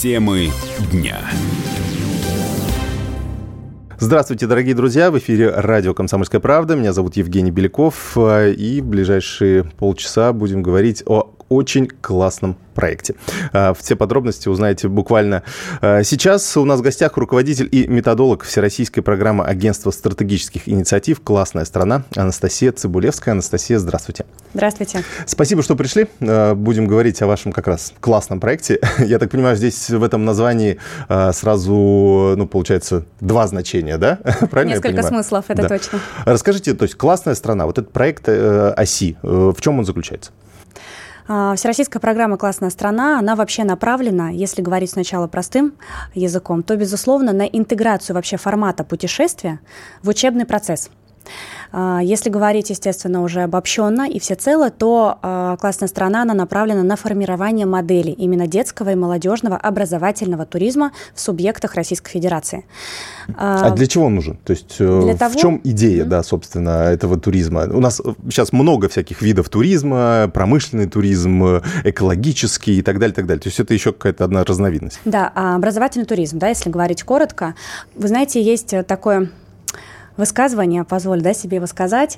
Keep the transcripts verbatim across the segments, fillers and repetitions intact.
Темы дня. Здравствуйте, дорогие друзья! В эфире радио «Комсомольская правда». Меня зовут Евгений Беляков. И в ближайшие полчаса будем говорить о очень классном проекте. Все подробности узнаете буквально сейчас. У нас в гостях руководитель и методолог Всероссийской программы Агентства стратегических инициатив «Классная страна» Анастасия Цыбулевская. Анастасия, здравствуйте. Здравствуйте. Спасибо, что пришли. Будем говорить о вашем как раз классном проекте. Я так понимаю, здесь в этом названии сразу, ну, получается, два значения, да? Правильно Несколько я понимаю? смыслов, это да. точно. Расскажите, то есть «Классная страна», вот этот проект ОСИ, в чем он заключается? Всероссийская программа «Классная страна», она вообще направлена, если говорить сначала простым языком, то, безусловно, на интеграцию вообще формата путешествия в учебный процесс. Если говорить, естественно, уже обобщенно и всецело, то э, «Классная страна» она направлена на формирование модели именно детского и молодежного образовательного туризма в субъектах Российской Федерации. А для чего он нужен? То есть для в того... чем идея, mm-hmm. да, собственно, этого туризма? У нас сейчас много всяких видов туризма, промышленный туризм, экологический и так далее, так далее. То есть это еще какая-то одна разновидность. Да, образовательный туризм, да, если говорить коротко. Вы знаете, есть такое... высказывание, позволь да, себе его сказать,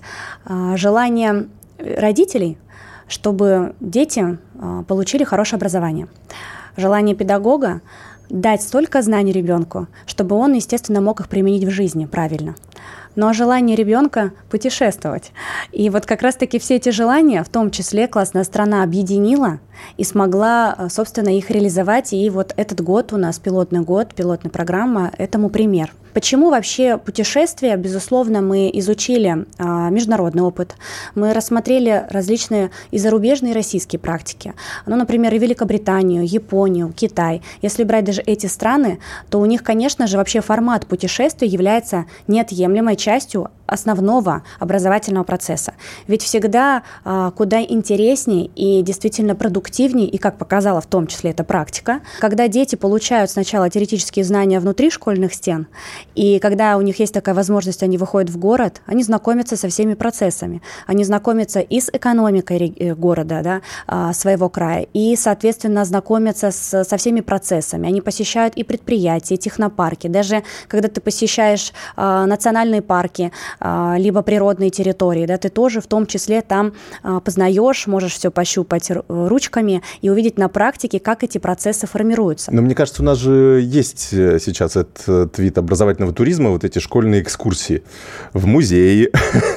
желание родителей, чтобы дети получили хорошее образование. Желание педагога дать столько знаний ребенку, чтобы он, естественно, мог их применить в жизни правильно. Но желание ребенка путешествовать. И вот как раз-таки все эти желания, в том числе «Классная страна» объединила и смогла, собственно, их реализовать. И вот этот год у нас пилотный год, пилотная программа этому пример. Почему вообще путешествия? Безусловно, мы изучили а, международный опыт, мы рассмотрели различные и зарубежные, и российские практики. Ну, например, и Великобританию, Японию, Китай. Если брать даже эти страны, то у них, конечно же, вообще формат путешествия является неотъемлемой частью основного образовательного процесса. Ведь всегда а, куда интереснее и действительно продуктивнее, и, как показала в том числе эта практика, когда дети получают сначала теоретические знания внутри школьных стен, и когда у них есть такая возможность, они выходят в город, они знакомятся со всеми процессами. Они знакомятся и с экономикой города, да, своего края, и, соответственно, знакомятся с, со всеми процессами. Они посещают и предприятия, и технопарки. Даже когда ты посещаешь а, национальные парки, а, либо природные территории, да, ты тоже в том числе там а, познаешь, можешь все пощупать ручками и увидеть на практике, как эти процессы формируются. Но мне кажется, у нас же есть сейчас этот вид образовательного туризма, вот эти школьные экскурсии в музей,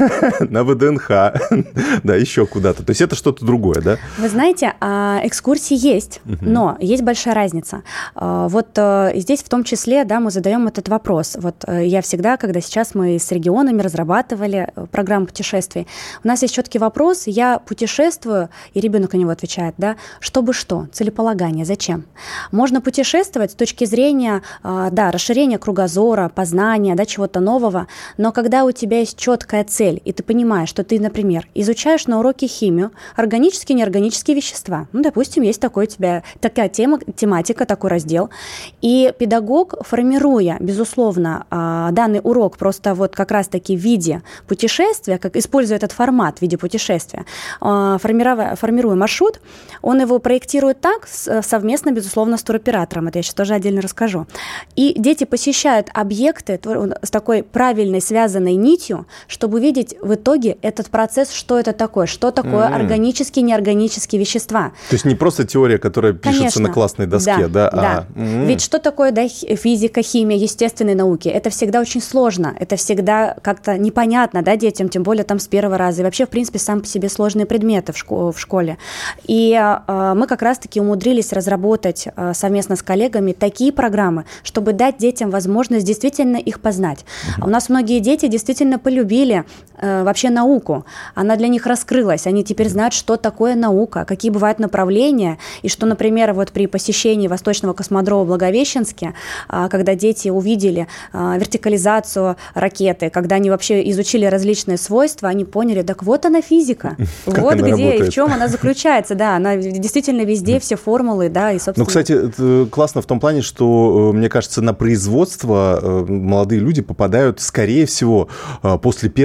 на ВДНХ, да, еще куда-то. То есть это что-то другое, да? Вы знаете, экскурсии есть, но есть большая разница. Вот здесь в том числе, да, мы задаем этот вопрос. Вот я всегда, когда сейчас мы с регионами разрабатывали программу путешествий, у нас есть четкий вопрос, я путешествую, и ребенок на него отвечает, да, чтобы что? Целеполагание, зачем? Можно путешествовать с точки зрения, да, расширения кругозора, познания, да, чего-то нового, но когда у тебя есть четкая цель, и ты понимаешь, что ты, например, изучаешь на уроке химию, органические, неорганические вещества, ну, допустим, есть такой у тебя, такая тема, тематика, такой раздел, и педагог, формируя, безусловно, данный урок просто вот как раз-таки в виде путешествия, как используя этот формат в виде путешествия, формируя, формируя маршрут, он его проектирует так, совместно, безусловно, с туроператором, это я сейчас тоже отдельно расскажу, и дети посещают объекты с такой правильной связанной нитью, чтобы увидеть в итоге этот процесс, что это такое, что такое mm-hmm. органические, неорганические вещества. То есть не просто теория, которая пишется Конечно. на классной доске, да? Да, да. А, mm-hmm. Ведь что такое, да, физика, химия, естественные науки? Это всегда очень сложно, это всегда как-то непонятно, да, детям, тем более там с первого раза. И вообще, в принципе, сам по себе сложные предметы в, шко- в школе. И э, мы как раз-таки умудрились разработать э, совместно с коллегами такие программы, чтобы дать детям возможность действительно их познать. Uh-huh. У нас многие дети действительно полюбили э, вообще науку. Она для них раскрылась. Они теперь знают, что такое наука, какие бывают направления, и что, например, вот при посещении Восточного космодрома в Благовещенске, э, когда дети увидели э, вертикализацию ракеты, когда они вообще изучили различные свойства, они поняли, так вот она физика. Как вот она где работает. И в чем она заключается. Да, она действительно везде, все формулы, да, и, собственно... Ну, кстати, это классно в том плане, что, мне кажется, на производство молодые люди попадают, скорее всего, после первого курса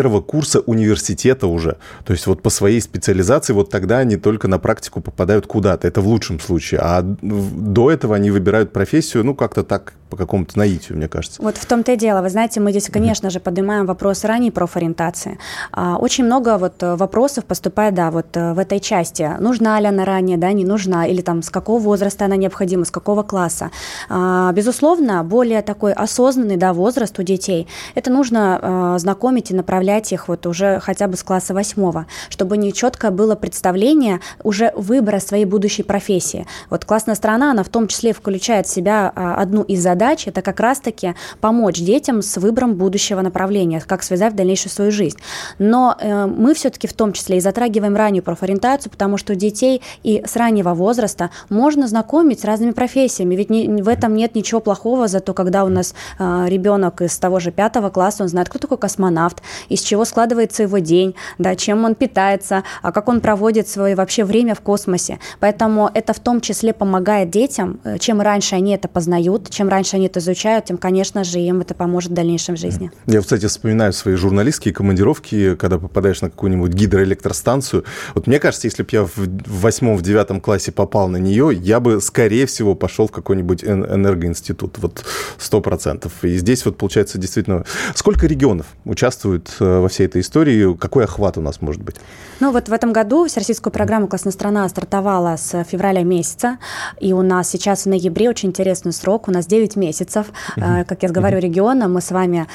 курса университета уже. То есть вот по своей специализации вот тогда они только на практику попадают куда-то. Это в лучшем случае. А до этого они выбирают профессию, ну, как-то так, по какому-то наитию, мне кажется. Вот в том-то и дело. Вы знаете, мы здесь, конечно же, поднимаем вопрос ранней профориентации. Очень много вот вопросов поступает, да, вот в этой части. Нужна ли она ранее, да, не нужна, или там с какого возраста она необходима, с какого класса. Безусловно, более такой осознанный, да, возраст у детей, это нужно знакомить и направлять их вот уже хотя бы с класса восьмого, чтобы у них четкое было представление уже выбора своей будущей профессии. Вот классная сторона, она в том числе включает в себя одну из задач, это как раз-таки помочь детям с выбором будущего направления, как связать в дальнейшую свою жизнь. Но э, мы все-таки в том числе и затрагиваем раннюю профориентацию, потому что детей и с раннего возраста можно знакомить с разными профессиями, ведь не, в этом нет ничего плохого, зато когда у нас э, ребенок из того же пятого класса, он знает, кто такой космонавт, из чего складывается его день, да, чем он питается, а как он проводит свое вообще время в космосе. Поэтому это в том числе помогает детям, чем раньше они это познают, чем раньше они это изучают, тем, конечно же, им это поможет в дальнейшем жизни. Я, кстати, вспоминаю свои журналистские командировки, когда попадаешь на какую-нибудь гидроэлектростанцию. Вот мне кажется, если бы я в восьмом, в девятом классе попал на нее, я бы, скорее всего, пошел в какой-нибудь энергоинститут. Вот сто процентов. И здесь вот получается действительно... Сколько регионов участвуют во всей этой истории? Какой охват у нас может быть? Ну вот в этом году всероссийскую программу «Классная страна» стартовала с февраля месяца. И у нас сейчас в ноябре очень интересный срок. У нас девять месяцев. Uh-huh. Как я говорю, региона. Мы с вами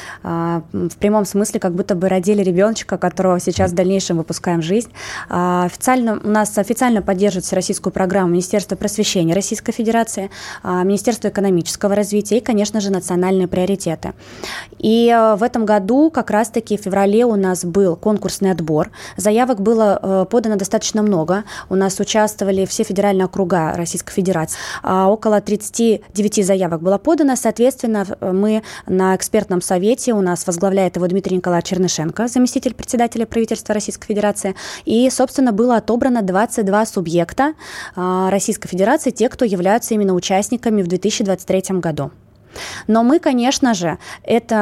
в прямом смысле как будто бы родили ребеночка, которого сейчас в дальнейшем выпускаем в жизнь. Официально, у нас официально поддерживает всероссийскую программу Министерство просвещения Российской Федерации, Министерство экономического развития и, конечно же, национальные приоритеты. И в этом году как раз-таки в феврале у нас был конкурсный отбор. Заявок было подано достаточно много. У нас участвовали все федеральные округа Российской Федерации. Около тридцать девять заявок было подано. Соответственно, мы на экспертном совете, у нас возглавляет его Дмитрий Николаевич Чернышенко, заместитель председателя правительства Российской Федерации. И, собственно, было отобрано двадцать два субъекта Российской Федерации, те, кто являются именно участниками в две тысячи двадцать третьем году. Но мы, конечно же, это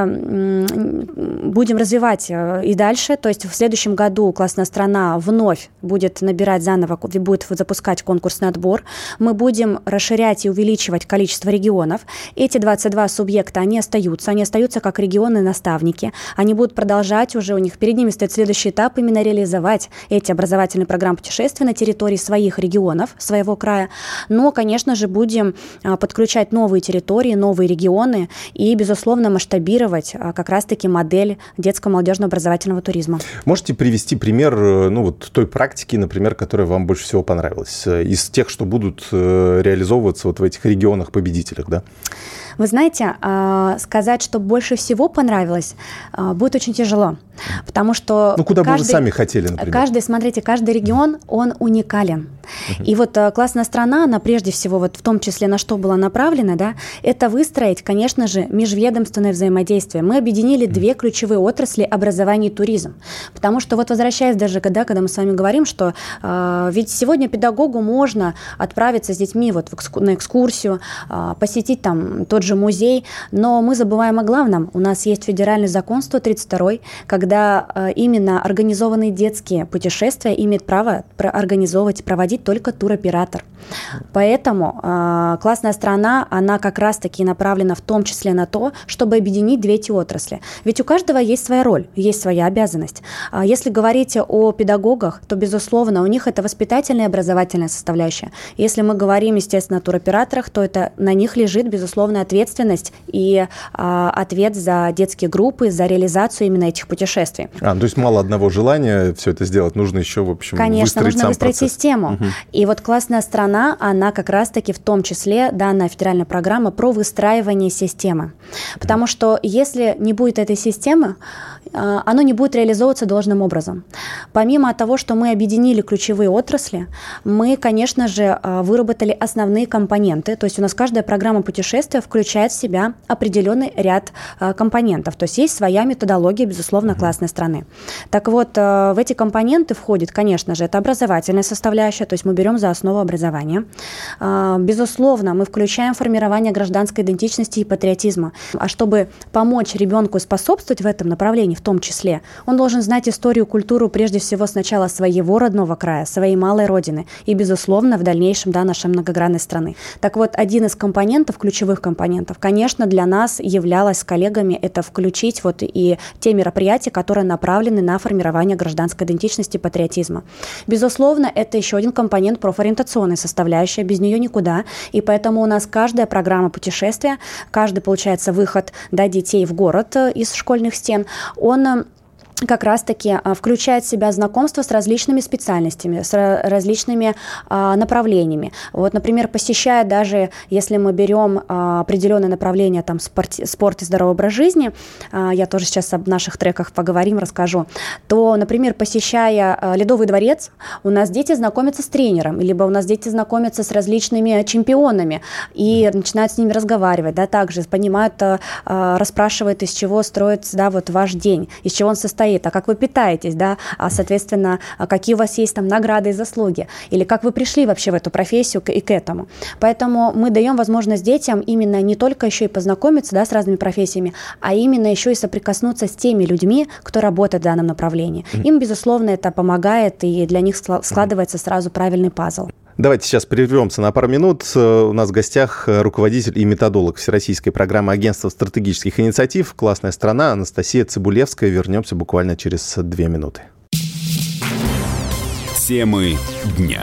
будем развивать и дальше. То есть в следующем году «Классная страна» вновь будет набирать заново, будет запускать конкурсный отбор. Мы будем расширять и увеличивать количество регионов. Эти двадцать два субъекта, они остаются. Они остаются как регионы-наставники. Они будут продолжать уже, у них перед ними стоит следующий этап, именно реализовать эти образовательные программы путешествий на территории своих регионов, своего края. Но, конечно же, будем подключать новые территории, новые регионы, регионы и, безусловно, масштабировать как раз-таки модель детско-молодежного образовательного туризма. Можете привести пример, ну, вот той практики, например, которая вам больше всего понравилась, из тех, что будут реализовываться вот в этих регионах-победителях, да? Вы знаете, сказать, что больше всего понравилось, будет очень тяжело, потому что... Ну, куда каждый, бы вы сами хотели, например? Каждый, смотрите, каждый регион, он уникален. Uh-huh. И вот «Классная страна», она прежде всего, вот в том числе на что была направлена, да, это выстроить, конечно же, межведомственное взаимодействие. Мы объединили uh-huh. две ключевые отрасли образования и туризм. Потому что вот возвращаясь даже, когда, когда мы с вами говорим, что э, ведь сегодня педагогу можно отправиться с детьми вот в экску- на экскурсию, э, посетить там тот же музей, но мы забываем о главном. У нас есть федеральный закон сто тридцать второй, когда э, именно организованные детские путешествия имеет право организовывать и проводить только туроператор. Поэтому э, «Классная страна», она как раз-таки направлена в том числе на то, чтобы объединить две эти отрасли. Ведь у каждого есть своя роль, есть своя обязанность. А если говорить о педагогах, то, безусловно, у них это воспитательная и образовательная составляющая. Если мы говорим, естественно, о туроператорах, то это на них лежит, безусловно, ответственность и а, ответ за детские группы, за реализацию именно этих путешествий. А, то есть мало одного желания все это сделать, нужно еще, в общем, Конечно, выстроить нужно сам выстроить процесс. Систему. Угу. И вот «Классная страна», она как раз-таки в том числе, данная федеральная программа про выстраивание системы. Потому что если не будет этой системы, оно не будет реализовываться должным образом. Помимо того, что мы объединили ключевые отрасли, мы, конечно же, выработали основные компоненты. То есть у нас каждая программа путешествия включает в себя определенный ряд компонентов. То есть есть своя методология, безусловно, «Классной страны». Так вот, в эти компоненты входит, конечно же, это образовательная составляющая, то есть мы берем за основу образование. образования. Безусловно, мы включаем формирование гражданской идентичности и патриотизма. А чтобы помочь ребенку способствовать в этом направлении, в том числе, он должен знать историю, культуру, прежде всего, сначала своего родного края, своей малой родины и, безусловно, в дальнейшем, да, нашей многогранной страны. Так вот, один из компонентов, ключевых компонентов, конечно, для нас являлось с коллегами это включить вот и те мероприятия, которые направлены на формирование гражданской идентичности и патриотизма. Безусловно, это еще один компонент профориентационной составляющей, без нее никуда, и поэтому у нас каждая программа путешествия, каждый, получается, выход, да, детей в город из школьных стен, он как раз-таки включает в себя знакомство с различными специальностями, с различными а, направлениями. Вот, например, посещая даже, если мы берем а, определенное направление, там, спорт, спорт и здоровый образ жизни, а, я тоже сейчас об наших треках поговорим, расскажу, то, например, посещая а, Ледовый дворец, у нас дети знакомятся с тренером, либо у нас дети знакомятся с различными чемпионами и начинают с ними разговаривать, да, также понимают, а, расспрашивают, из чего строится, да, вот ваш день, из чего он состоит, а как вы питаетесь, да, а, соответственно, какие у вас есть там награды и заслуги, или как вы пришли вообще в эту профессию и к этому. Поэтому мы даем возможность детям именно не только еще и познакомиться, да, с разными профессиями, а именно еще и соприкоснуться с теми людьми, кто работает в данном направлении. Им, безусловно, это помогает, и для них складывается сразу правильный пазл. Давайте сейчас прервемся на пару минут. У нас в гостях руководитель и методолог Всероссийской программы Агентства стратегических инициатив «Классная страна» Анастасия Цыбулевская. Вернемся буквально через две минуты. Темы дня.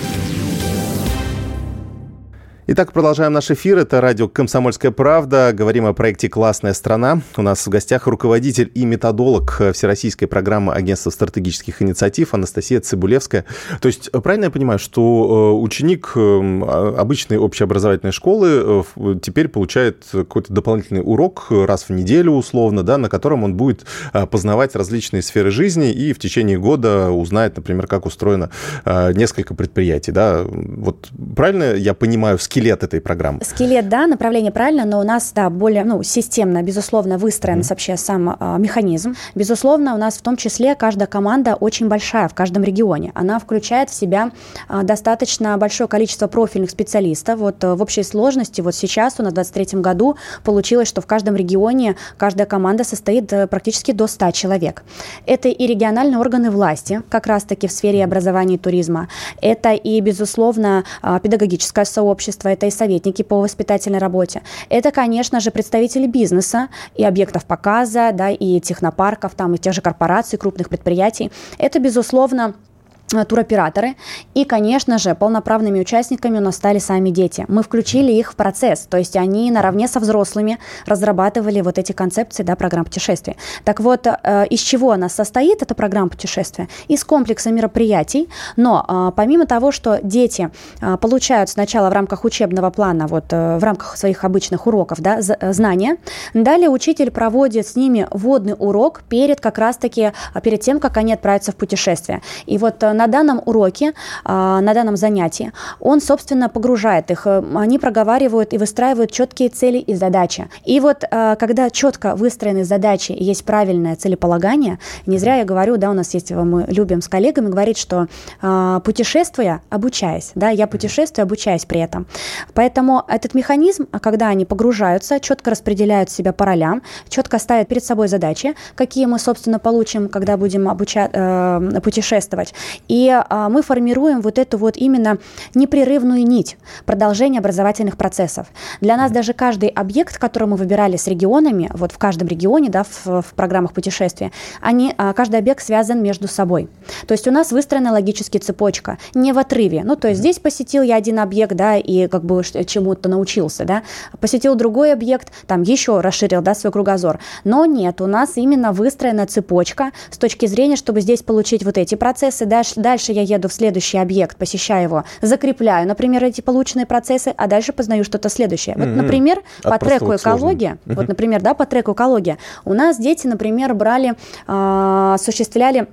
Итак, продолжаем наш эфир. Это радио «Комсомольская правда». Говорим о проекте «Классная страна». У нас в гостях руководитель и методолог Всероссийской программы Агентства стратегических инициатив Анастасия Цыбулевская. То есть, правильно я понимаю, что ученик обычной общеобразовательной школы теперь получает какой-то дополнительный урок раз в неделю, условно, да, на котором он будет познавать различные сферы жизни и в течение года узнает, например, как устроено несколько предприятий, да? Вот правильно я понимаю, с кем скелет этой программы? Скелет, да, направление правильно, но у нас, да, более, ну, системно, безусловно, выстроен mm-hmm. вообще сам а, механизм. Безусловно, у нас в том числе каждая команда очень большая в каждом регионе. Она включает в себя а, достаточно большое количество профильных специалистов. Вот а, в общей сложности, вот сейчас у нас в двадцать третьем году получилось, что в каждом регионе каждая команда состоит а, практически до ста человек. Это и региональные органы власти, как раз-таки в сфере образования и туризма. Это и, безусловно, а, педагогическое сообщество, это и советники по воспитательной работе. Это, конечно же, представители бизнеса и объектов показа, да, и технопарков, там, и тех же корпораций, крупных предприятий. Это, безусловно, туроператоры. И, конечно же, полноправными участниками у нас стали сами дети. Мы включили их в процесс, то есть они наравне со взрослыми разрабатывали вот эти концепции, да, программ путешествий. Так вот, э, из чего она состоит, эта программа путешествия? Из комплекса мероприятий, но э, помимо того, что дети э, получают сначала в рамках учебного плана, вот э, в рамках своих обычных уроков, да, знания, далее учитель проводит с ними вводный урок перед как раз-таки, перед тем, как они отправятся в путешествие. И вот на данном уроке, на данном занятии он, собственно, погружает их. Они проговаривают и выстраивают четкие цели и задачи. И вот когда четко выстроены задачи и есть правильное целеполагание, не зря я говорю, да, у нас есть, мы любим с коллегами говорить, что путешествуя, обучаясь, да, я путешествую, обучаясь при этом. Поэтому этот механизм, когда они погружаются, четко распределяют себя по ролям, четко ставят перед собой задачи, какие мы, собственно, получим, когда будем обуча- путешествовать. И а, мы формируем вот эту вот именно непрерывную нить продолжения образовательных процессов. Для нас даже каждый объект, который мы выбирали с регионами, вот в каждом регионе, да, в, в программах путешествия, они, а, каждый объект связан между собой. То есть у нас выстроена логически цепочка, не в отрыве. Ну, то есть здесь посетил я один объект, да, и как бы чему-то научился, да, посетил другой объект, там еще расширил, да, свой кругозор. Но нет, у нас именно выстроена цепочка с точки зрения, чтобы здесь получить вот эти процессы, дальше Дальше я еду в следующий объект, посещаю его, закрепляю, например, эти полученные процессы, а дальше познаю что-то следующее. Вот, например, От по треку экология, uh-huh. вот, например, да, по треку экология, у нас дети, например, брали, э, осуществляли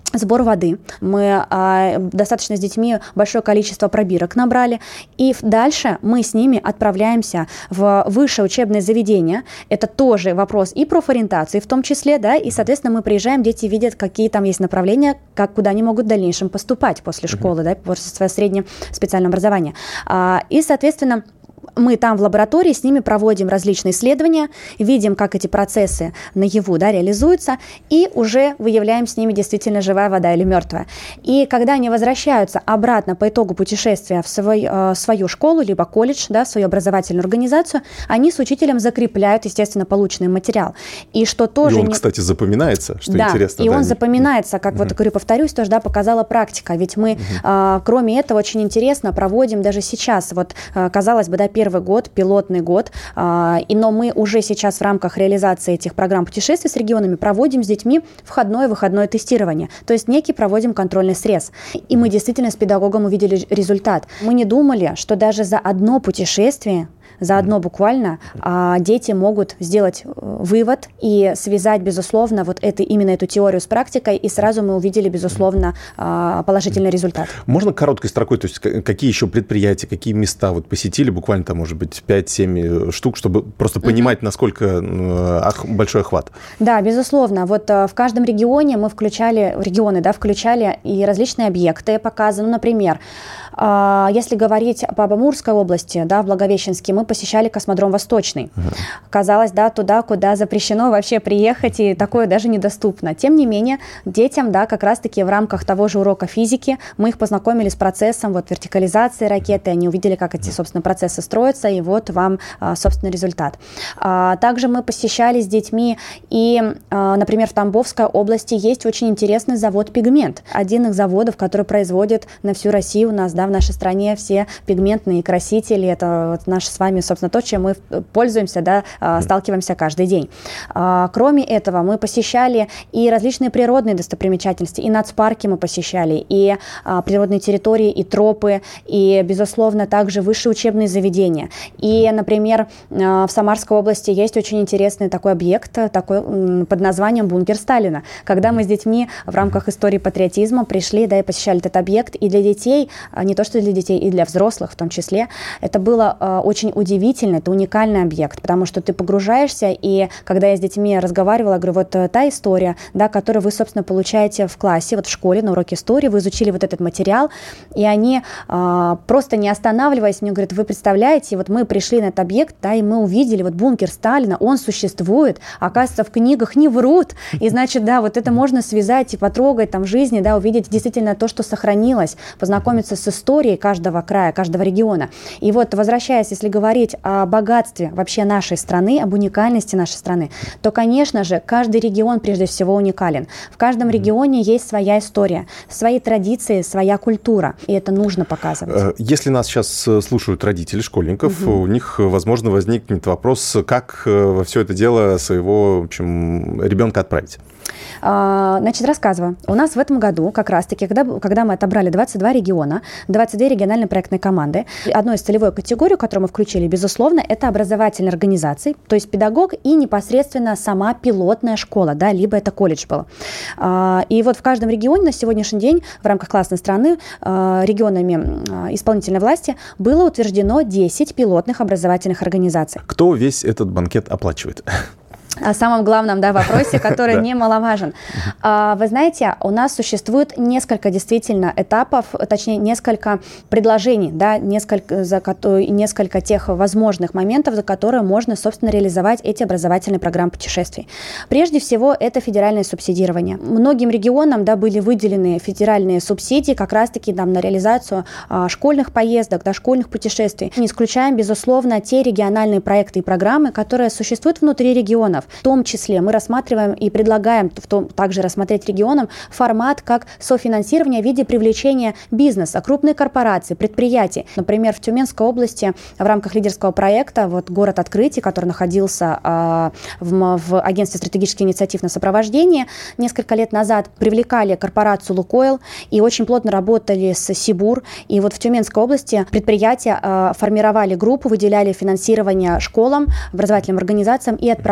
сбор воды. Мы а, достаточно с детьми большое количество пробирок набрали. И дальше мы с ними отправляемся в высшее учебное заведение. Это тоже вопрос и профориентации в том числе, да, и, соответственно, мы приезжаем, дети видят, какие там есть направления, как, куда они могут в дальнейшем поступать после школы, да, после своего среднего специального образования. А, и, соответственно, мы там в лаборатории с ними проводим различные исследования, видим, как эти процессы наяву, да, реализуются, и уже выявляем с ними действительно живая вода или мертвая. И когда они возвращаются обратно по итогу путешествия в свой, э, свою школу, либо колледж, да, в свою образовательную организацию, они с учителем закрепляют, естественно, полученный материал. И что тоже... И он, не... кстати, запоминается, что да, интересно. И да, он не... запоминается, как, uh-huh. вот, говорю, повторюсь, тоже, да, показала практика. Ведь мы, uh-huh. э, кроме этого, очень интересно проводим даже сейчас, вот, э, казалось бы, да, первый год, пилотный год, а, и, но мы уже сейчас в рамках реализации этих программ путешествий с регионами проводим с детьми входное и выходное тестирование, то есть некий проводим контрольный срез. И мы действительно с педагогом увидели результат. Мы не думали, что даже за одно путешествие, заодно буквально а, дети могут сделать вывод и связать, безусловно, вот это, именно эту теорию с практикой, и сразу мы увидели, безусловно, а, положительный результат. Можно короткой строкой, то есть какие еще предприятия, какие места вот посетили, буквально там, может быть, пять-семь штук, чтобы просто понимать, mm-hmm. насколько ах, большой охват? Да, безусловно. Вот в каждом регионе мы включали, регионы, да, включали и различные объекты показаны. Например, если говорить по Амурской области, да, в Благовещенске, мы посещали космодром Восточный. Uh-huh. Казалось, да, туда, куда запрещено вообще приехать, и такое даже недоступно. Тем не менее, детям, да, как раз-таки в рамках того же урока физики мы их познакомили с процессом вот, вертикализации ракеты, они увидели, как эти, собственно, процессы строятся, и вот вам, собственно, результат. Также мы посещали с детьми и, например, в Тамбовской области есть очень интересный завод «Пигмент». Один из заводов, который производит на всю Россию у нас, да, в нашей стране все пигментные красители. Это вот наш с вами, собственно, то, чем мы пользуемся, да, сталкиваемся каждый день. Кроме этого, мы посещали и различные природные достопримечательности, и нацпарки мы посещали, и природные территории, и тропы, и, безусловно, также высшие учебные заведения. И, например, в Самарской области есть очень интересный такой объект, такой под названием «Бункер Сталина». Когда мы с детьми в рамках истории патриотизма пришли, да, и посещали этот объект, и для детей, не то что для детей, и для взрослых в том числе, это было э, очень удивительно, это уникальный объект, потому что ты погружаешься, и когда я с детьми разговаривала, я говорю, вот э, та история, да, которую вы, собственно, получаете в классе, вот в школе, на уроке истории, вы изучили вот этот материал, и они, э, просто не останавливаясь, мне говорят, вы представляете, вот мы пришли на этот объект, да, и мы увидели вот бункер Сталина, он существует, оказывается, в книгах не врут, и, значит, да, вот это можно связать и потрогать там в жизни, да, увидеть действительно то, что сохранилось, познакомиться с историей каждого края, каждого региона. И вот, возвращаясь, если говорить о богатстве вообще нашей страны, об уникальности нашей страны, то, конечно же, каждый регион прежде всего уникален. В каждом регионе есть своя история, свои традиции, своя культура, и это нужно показывать. Если нас сейчас слушают родители школьников, угу. у них, возможно, возникнет вопрос, как во все это дело своего, в общем, ребенка отправить. Значит, рассказываю. У нас в этом году как раз-таки, когда, когда мы отобрали двадцать два региона, двадцать две региональные проектные команды, одну из целевой категорию, которую мы включили, безусловно, это образовательные организации, то есть педагог и непосредственно сама пилотная школа, да, либо это колледж был. И вот в каждом регионе на сегодняшний день в рамках классной страны регионами исполнительной власти было утверждено десять пилотных образовательных организаций. Кто весь этот банкет оплачивает? О самом главном, да, вопросе, который немаловажен. Вы знаете, у нас существует несколько действительно этапов, точнее, несколько предложений, да, несколько, за, несколько тех возможных моментов, за которые можно, собственно, реализовать эти образовательные программы путешествий. Прежде всего, это федеральное субсидирование. Многим регионам, да, были выделены федеральные субсидии как раз-таки там, на реализацию а, школьных поездок, да, школьных путешествий. Не исключаем, безусловно, те региональные проекты и программы, которые существуют внутри регионов. В том числе мы рассматриваем и предлагаем в том, также рассмотреть регионам формат как софинансирование в виде привлечения бизнеса, крупных корпораций, предприятий. Например, в Тюменской области в рамках лидерского проекта вот, «Город открытий», который находился э, в, в агентстве стратегических инициатив на сопровождении, несколько лет назад привлекали корпорацию «Лукойл» и очень плотно работали с «Сибур». И вот в Тюменской области предприятия э, формировали группу, выделяли финансирование школам, образовательным организациям и отправляли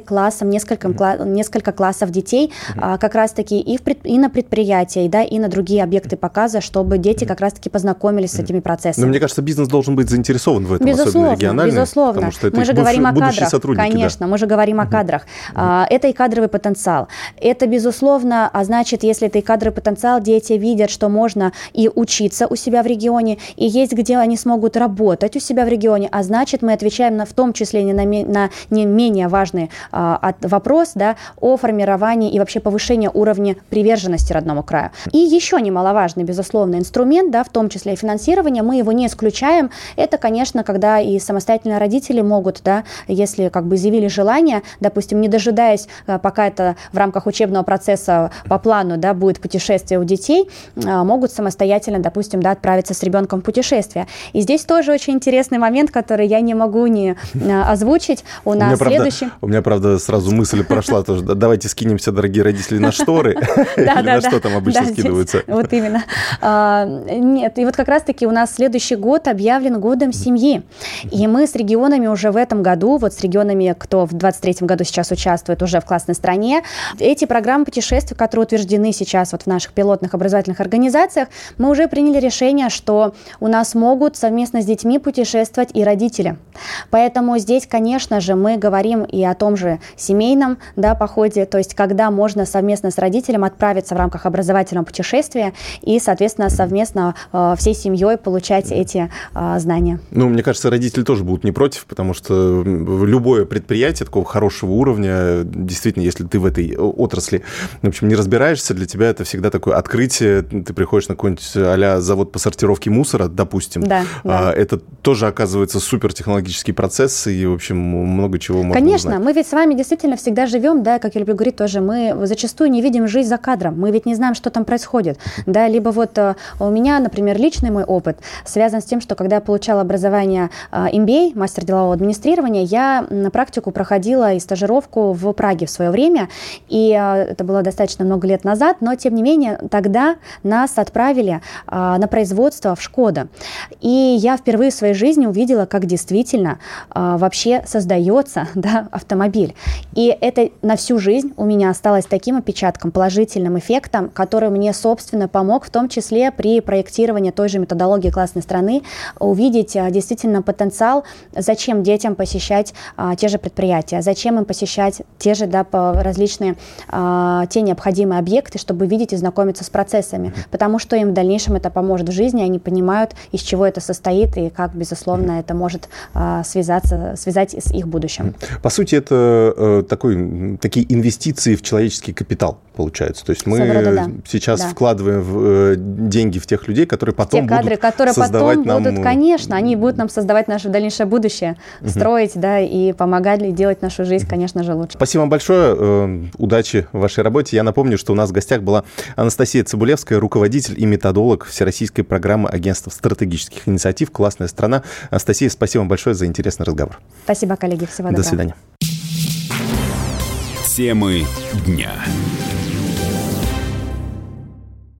классам, несколько, mm-hmm. несколько классов детей, mm-hmm. как раз-таки и, в пред, и на предприятия, да, и на другие объекты показа, чтобы дети mm-hmm. как раз-таки познакомились mm-hmm. с этими процессами. Но мне кажется, бизнес должен быть заинтересован в этом, безусловно, особенно региональный. Безусловно, потому что это мы же бывшие, говорим о кадрах, сотрудники, конечно, да. мы же говорим mm-hmm. о кадрах. Mm-hmm. Это и кадровый потенциал. Это, безусловно, а значит, если это и кадровый потенциал, дети видят, что можно и учиться у себя в регионе, и есть где они смогут работать у себя в регионе, а значит, мы отвечаем на, в том числе не на, на не менее важный а, от, вопрос, да, о формировании и вообще повышении уровня приверженности родному краю. И еще немаловажный, безусловно, инструмент, да, в том числе и финансирование, мы его не исключаем. Это, конечно, когда и самостоятельно родители могут, да, если как бы изъявили желание, допустим, не дожидаясь, пока это в рамках учебного процесса по плану, да, будет путешествие у детей, могут самостоятельно, допустим, да, отправиться с ребенком в путешествие. И здесь тоже очень интересный момент, который я не могу не озвучить. У нас у меня, следующий... Правда, у меня, правда, сразу мысль прошла тоже. Давайте скинемся, дорогие родители, на шторы. Или на что там обычно скидываются. Вот именно. Нет, и вот как раз-таки у нас следующий год объявлен годом семьи. И мы с регионами уже в этом году, вот с регионами, кто в двадцать третьем году сейчас участвует уже в классной стране, эти программы путешествий, которые утверждены сейчас вот в наших пилотных образовательных организациях, мы уже приняли решение, что у нас могут совместно с детьми путешествовать и родители. Поэтому здесь, конечно же, мы говорим и о том же семейном, да, походе, то есть когда можно совместно с родителем отправиться в рамках образовательного путешествия и, соответственно, совместно э, всей семьей получать эти э, знания. Ну, мне кажется, родители тоже будут не против, потому что любое предприятие такого хорошего уровня, действительно, если ты в этой отрасли, в общем, не разбираешься, для тебя это всегда такое открытие. Ты приходишь на какой-нибудь а-ля завод по сортировке мусора, допустим. Да, да. Это тоже, оказывается, супертехнологический процесс, и, в общем, много чего можно Конечно, узнать. Мы ведь с вами действительно всегда живем, да, как я люблю говорить тоже, мы зачастую не видим жизнь за кадром, мы ведь не знаем, что там происходит. Да, либо вот у меня, например, личный мой опыт связан с тем, что когда я получала образование эм би эй, мастер делового администрирования, я на практику проходила и стажировку в Праге в свое время, и это было достаточно много лет назад, но, тем не менее, тогда нас отправили на производство в Шкода. И я впервые в своей жизни увидела, как действительно вообще создается, да, автомобиль. И это на всю жизнь у меня осталось таким отпечатком, положительным эффектом, который мне, собственно, помог в том числе при проектировании той же методологии классной страны увидеть действительно потенциал, зачем детям посещать а, те же предприятия, зачем им посещать те же, да, различные а, те необходимые объекты, чтобы видеть и знакомиться с процессами, потому что им в дальнейшем это поможет в жизни, они понимают, из чего это состоит и как, безусловно, это может а, связаться, связать с их будущим. По сути, это э, такой, такие инвестиции в человеческий капитал, получается. То есть мы рода, да. сейчас да. вкладываем в, э, деньги в тех людей, которые потом те кадры, будут которые создавать потом нам... будут, конечно, они будут нам создавать наше дальнейшее будущее, угу. строить, да, и помогать делать нашу жизнь, конечно же, лучше. Спасибо вам большое. Э, удачи в вашей работе. Я напомню, что у нас в гостях была Анастасия Цыбулевская, руководитель и методолог Всероссийской программы агентства стратегических инициатив «Классная страна». Анастасия, спасибо вам большое за интересный разговор. Спасибо, коллеги. Всего доброго. До свидания. Темы дня.